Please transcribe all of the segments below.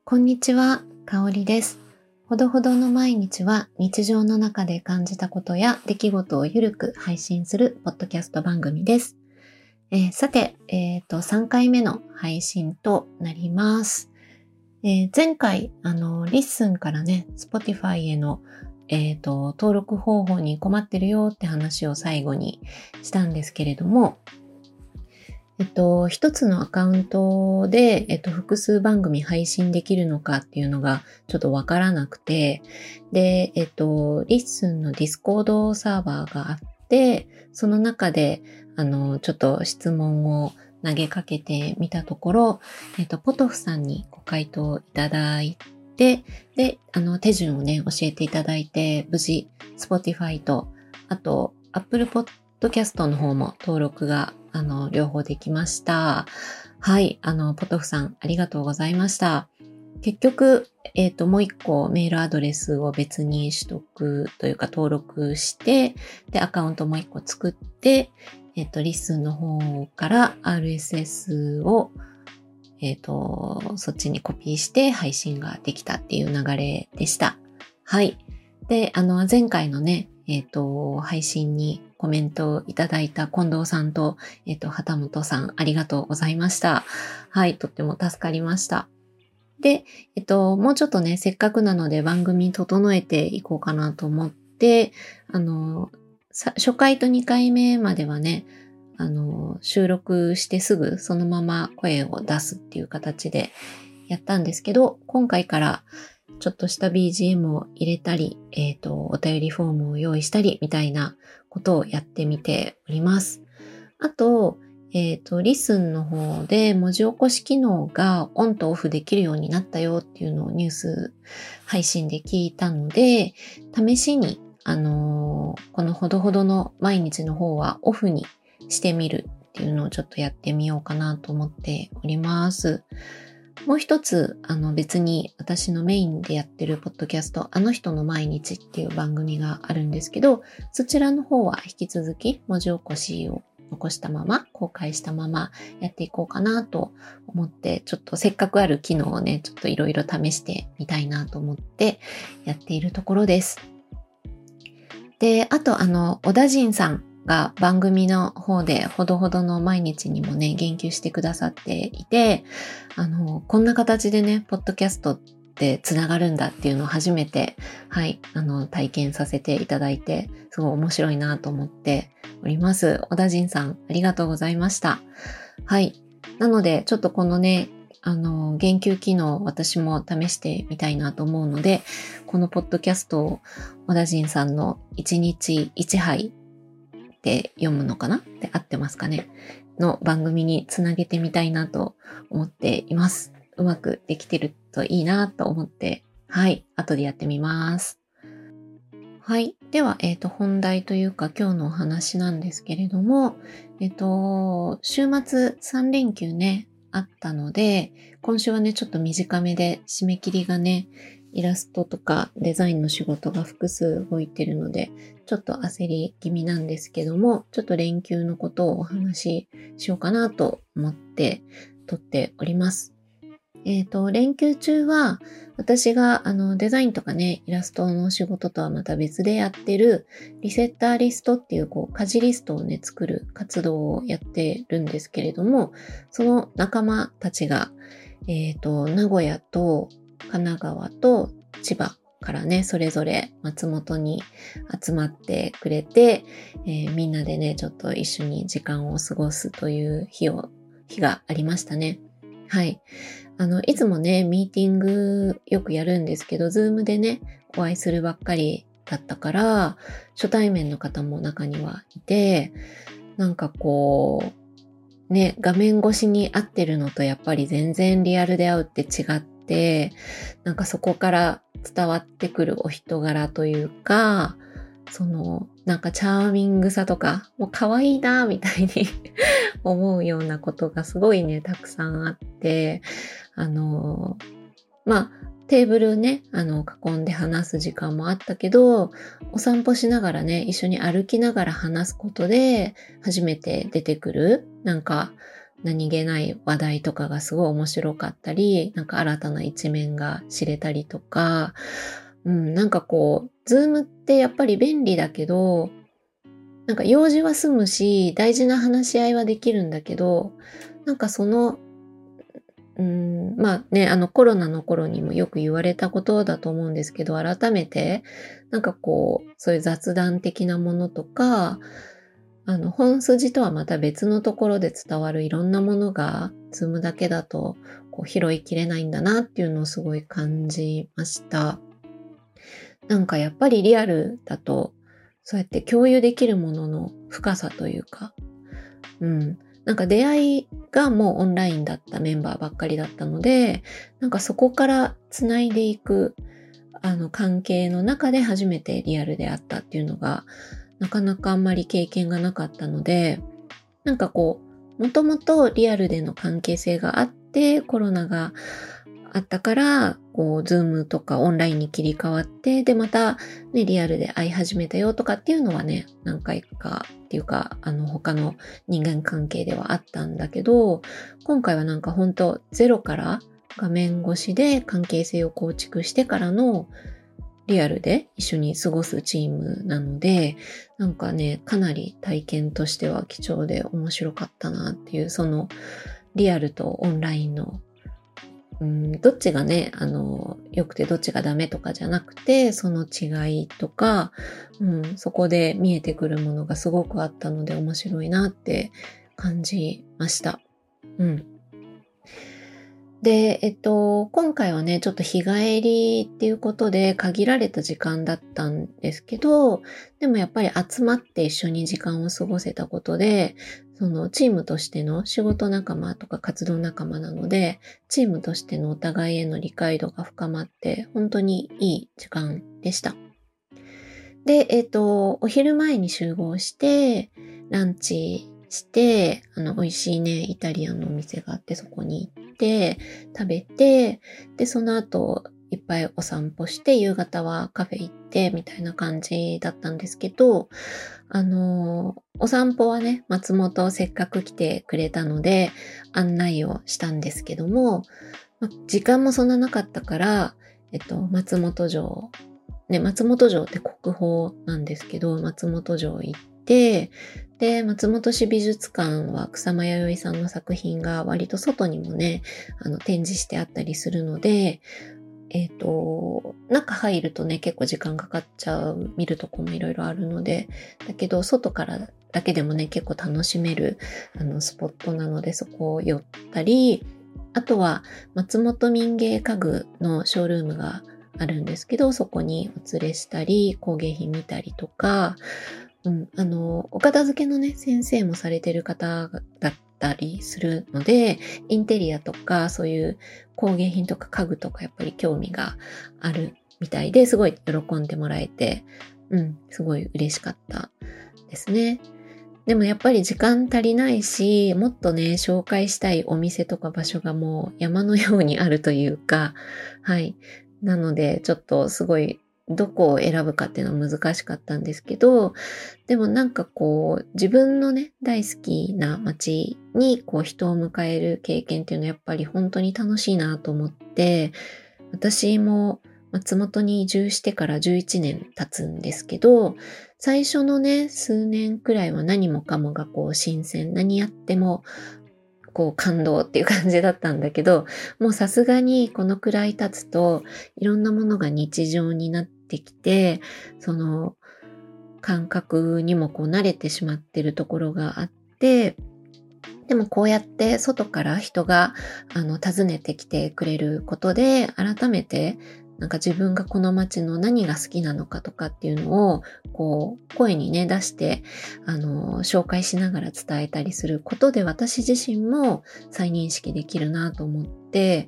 こんにちは、かおりです。ほどほどの毎日は日常の中で感じたことや出来事をゆるく配信するポッドキャスト番組です。さて、3回目の配信となります。前回、リッスンからね、Spotify への、登録方法に困ってるよって話を最後にしたんですけれども、一つのアカウントで、複数番組配信できるのかっていうのがちょっとわからなくて、で、リッスンのディスコードサーバーがあって、その中で、ちょっと質問を投げかけてみたところ、ポトフさんにご回答いただいて、で、手順をね、教えていただいて、無事、Spotify と、あと、Apple Podcast の方も登録が両方できました。はい。ポトフさん、ありがとうございました。結局、もう一個メールアドレスを別に取得というか登録して、で、アカウントもう一個作って、リッスンの方から RSS を、そっちにコピーして配信ができたっていう流れでした。はい。で、前回のね、配信にコメントをいただいた近藤さんと、旗本さん、ありがとうございました。はい、とっても助かりました。で、もうちょっとね、せっかくなので番組整えていこうかなと思って、初回と2回目まではね、収録してすぐそのまま声を出すっていう形でやったんですけど、今回からちょっとした BGM を入れたり、お便りフォームを用意したりみたいなことをやってみております。あと、リスンの方で文字起こし機能がオンとオフできるようになったよっていうのをニュース配信で聞いたので、試しに、このほどほどの毎日の方はオフにしてみるっていうのをちょっとやってみようかなと思っております。もう一つ、別に私のメインでやってるポッドキャスト、あの人の毎日っていう番組があるんですけど、そちらの方は引き続き文字起こしを残したまま、公開したままやっていこうかなと思って、ちょっとせっかくある機能をね、ちょっといろいろ試してみたいなと思ってやっているところです。で、あと小田人さんが番組の方でほどほどの毎日にもね、言及してくださっていて、こんな形でね、ポッドキャストってつながるんだっていうのを初めて、はい、体験させていただいて、すごい面白いなと思っております。小田人さん、ありがとうございました。はい。なので、ちょっとこのね、言及機能私も試してみたいなと思うので、このポッドキャストを小田人さんの1日1杯で読むのかなって合ってますかねの番組につなげてみたいなと思っています。うまくできてるといいなと思って、はい、後でやってみます。はい。では、本題というか今日のお話なんですけれども、週末3連休ね、あったので、今週はね、ちょっと短めで締め切りがね、イラストとかデザインの仕事が複数動いてるので、ちょっと焦り気味なんですけども、ちょっと連休のことをお話ししようかなと思って撮っております。連休中は私がデザインとかね、イラストの仕事とはまた別でやってるリセッターリストっていう家事リストをね、作る活動をやってるんですけれども、その仲間たちが、名古屋と神奈川と千葉からね、それぞれ松本に集まってくれて、みんなでね、ちょっと一緒に時間を過ごすという日がありましたね。はい。いつもね、ミーティングよくやるんですけど、ズームでね、お会いするばっかりだったから、初対面の方も中にはいて、なんかね、画面越しに会ってるのとやっぱり全然リアルで会うって違って、なんかそこから伝わってくるお人柄というか、なんかチャーミングさとか、もう可愛いなみたいに思うようなことがすごいね、たくさんあって、テーブルね、囲んで話す時間もあったけど、お散歩しながらね、一緒に歩きながら話すことで、初めて出てくる、なんか、 何気ない話題とかがすごい面白かったり、なんか新たな一面が知れたりとか、なんかこう、ズームってやっぱり便利だけど、なんか用事は済むし、大事な話し合いはできるんだけど、なんかその、まあね、コロナの頃にもよく言われたことだと思うんですけど、改めて、なんかこう、そういう雑談的なものとか、本筋とはまた別のところで伝わるいろんなものが、ズームだけだとこう拾いきれないんだなっていうのをすごい感じました。なんかやっぱりリアルだと、そうやって共有できるものの深さというか、なんか出会いがもうオンラインだったメンバーばっかりだったので、なんかそこから繋いでいく、関係の中で初めてリアルであったっていうのが、なかなかあんまり経験がなかったので、なんかこう、もともとリアルでの関係性があって、コロナがあったから、こう、ズームとかオンラインに切り替わって、で、また、ね、リアルで会い始めたよとかっていうのはね、何回かっていうか、他の人間関係ではあったんだけど、今回はなんか本当ゼロから画面越しで関係性を構築してからのリアルで一緒に過ごすチームなので、なんかね、かなり体験としては貴重で面白かったなっていう、そのリアルとオンラインのどっちがね、良くてどっちがダメとかじゃなくて、その違いとか、そこで見えてくるものがすごくあったので面白いなって感じました。で、今回はね、ちょっと日帰りっていうことで限られた時間だったんですけど、でもやっぱり集まって一緒に時間を過ごせたことで、そのチームとしての仕事仲間とか活動仲間なので、チームとしてのお互いへの理解度が深まって、本当にいい時間でした。で、お昼前に集合して、ランチして、美味しいね、イタリアンのお店があって、そこに行って、食べて、で、その後、いっぱいお散歩して、夕方はカフェ行って、みたいな感じだったんですけど、お散歩はね、松本せっかく来てくれたので、案内をしたんですけども、時間もそんななかったから、松本城松本城って国宝なんですけど、松本城行って、で、松本市美術館は草間彌生さんの作品が割と外にもね、展示してあったりするので、中入るとね、結構時間かかっちゃう、見るとこもいろいろあるので、だけど、外からだけでもね、結構楽しめる、スポットなので、そこを寄ったり、あとは、松本民芸家具のショールームがあるんですけど、そこにお連れしたり、工芸品見たりとか、お片付けのね、先生もされてる方だったりするので、インテリアとか、そういう工芸品とか家具とかやっぱり興味があるみたいで、すごい喜んでもらえて、すごい嬉しかったですね。でもやっぱり時間足りないし、もっとね、紹介したいお店とか場所がもう山のようにあるというか、はい。なので、ちょっとすごい、どこを選ぶかっていうのは難しかったんですけど、でもなんかこう、自分のね、大好きな街にこう人を迎える経験っていうのはやっぱり本当に楽しいなと思って、私も松本に移住してから11年経つんですけど、最初のね、数年くらいは何もかもがこう新鮮、何やってもこう感動っていう感じだったんだけど、もうさすがにこのくらい経つと、いろんなものが日常になってきて、その感覚にもこう慣れてしまってるところがあって、でもこうやって外から人が訪ねてきてくれることで、改めてなんか自分がこの街の何が好きなのかとかっていうのをこう声にね出して紹介しながら伝えたりすることで、私自身も再認識できるなと思って、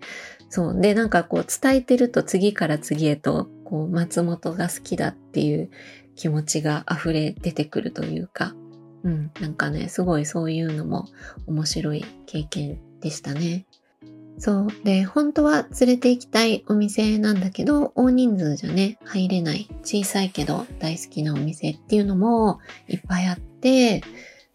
そうでなんかこう伝えてると次から次へとこう松本が好きだっていう気持ちが溢れ出てくるというか、なんかね、すごいそういうのも面白い経験でしたね。そう。で、本当は連れて行きたいお店なんだけど、大人数じゃね、入れない小さいけど大好きなお店っていうのもいっぱいあって、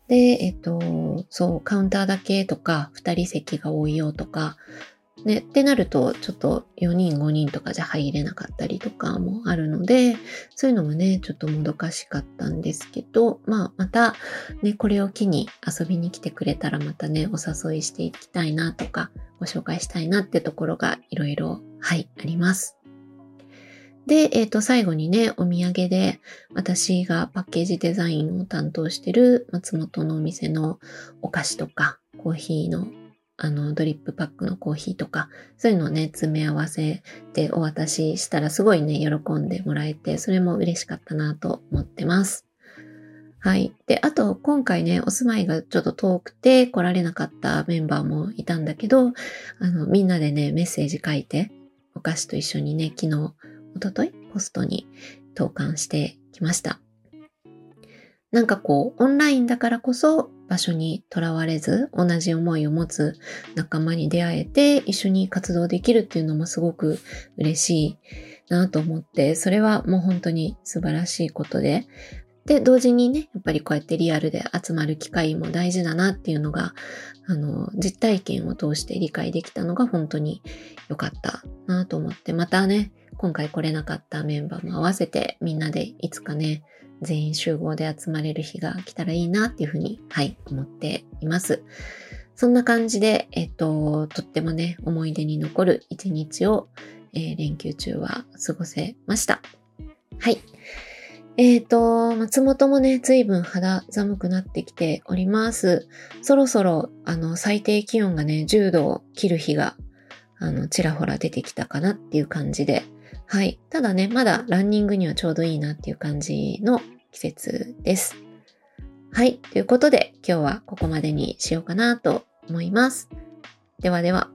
で、そう、カウンターだけとか、2人席が多いよとか、ね、ってなると、ちょっと4人5人とかじゃ入れなかったりとかもあるので、そういうのもね、ちょっともどかしかったんですけど、またね、これを機に遊びに来てくれたらまたね、お誘いしていきたいなとか、ご紹介したいなってところがいろいろ、はい、あります。で、最後にね、お土産で私がパッケージデザインを担当してる松本のお店のお菓子とか、コーヒーのドリップパックのコーヒーとか、そういうのをね、詰め合わせてお渡ししたらすごいね、喜んでもらえて、それも嬉しかったなと思ってます。はい。で、あと、今回ね、お住まいがちょっと遠くて来られなかったメンバーもいたんだけど、みんなでね、メッセージ書いて、お菓子と一緒にね、昨日、一昨日ポストに投函してきました。なんかこう、オンラインだからこそ場所にとらわれず、同じ思いを持つ仲間に出会えて一緒に活動できるっていうのもすごく嬉しいなと思って、それはもう本当に素晴らしいことで、で、同時にね、やっぱりこうやってリアルで集まる機会も大事だなっていうのが、実体験を通して理解できたのが本当に良かったなと思って、またね、今回来れなかったメンバーも合わせてみんなでいつかね、全員集合で集まれる日が来たらいいなっていうふうに、はい、思っています。そんな感じで、とってもね、思い出に残る一日を、連休中は過ごせました。はい。松本もね、随分肌寒くなってきております。そろそろ、最低気温がね、10度を切る日が、ちらほら出てきたかなっていう感じで、はい。ただね、まだランニングにはちょうどいいなっていう感じの季節です。はい。ということで、今日はここまでにしようかなと思います。ではでは。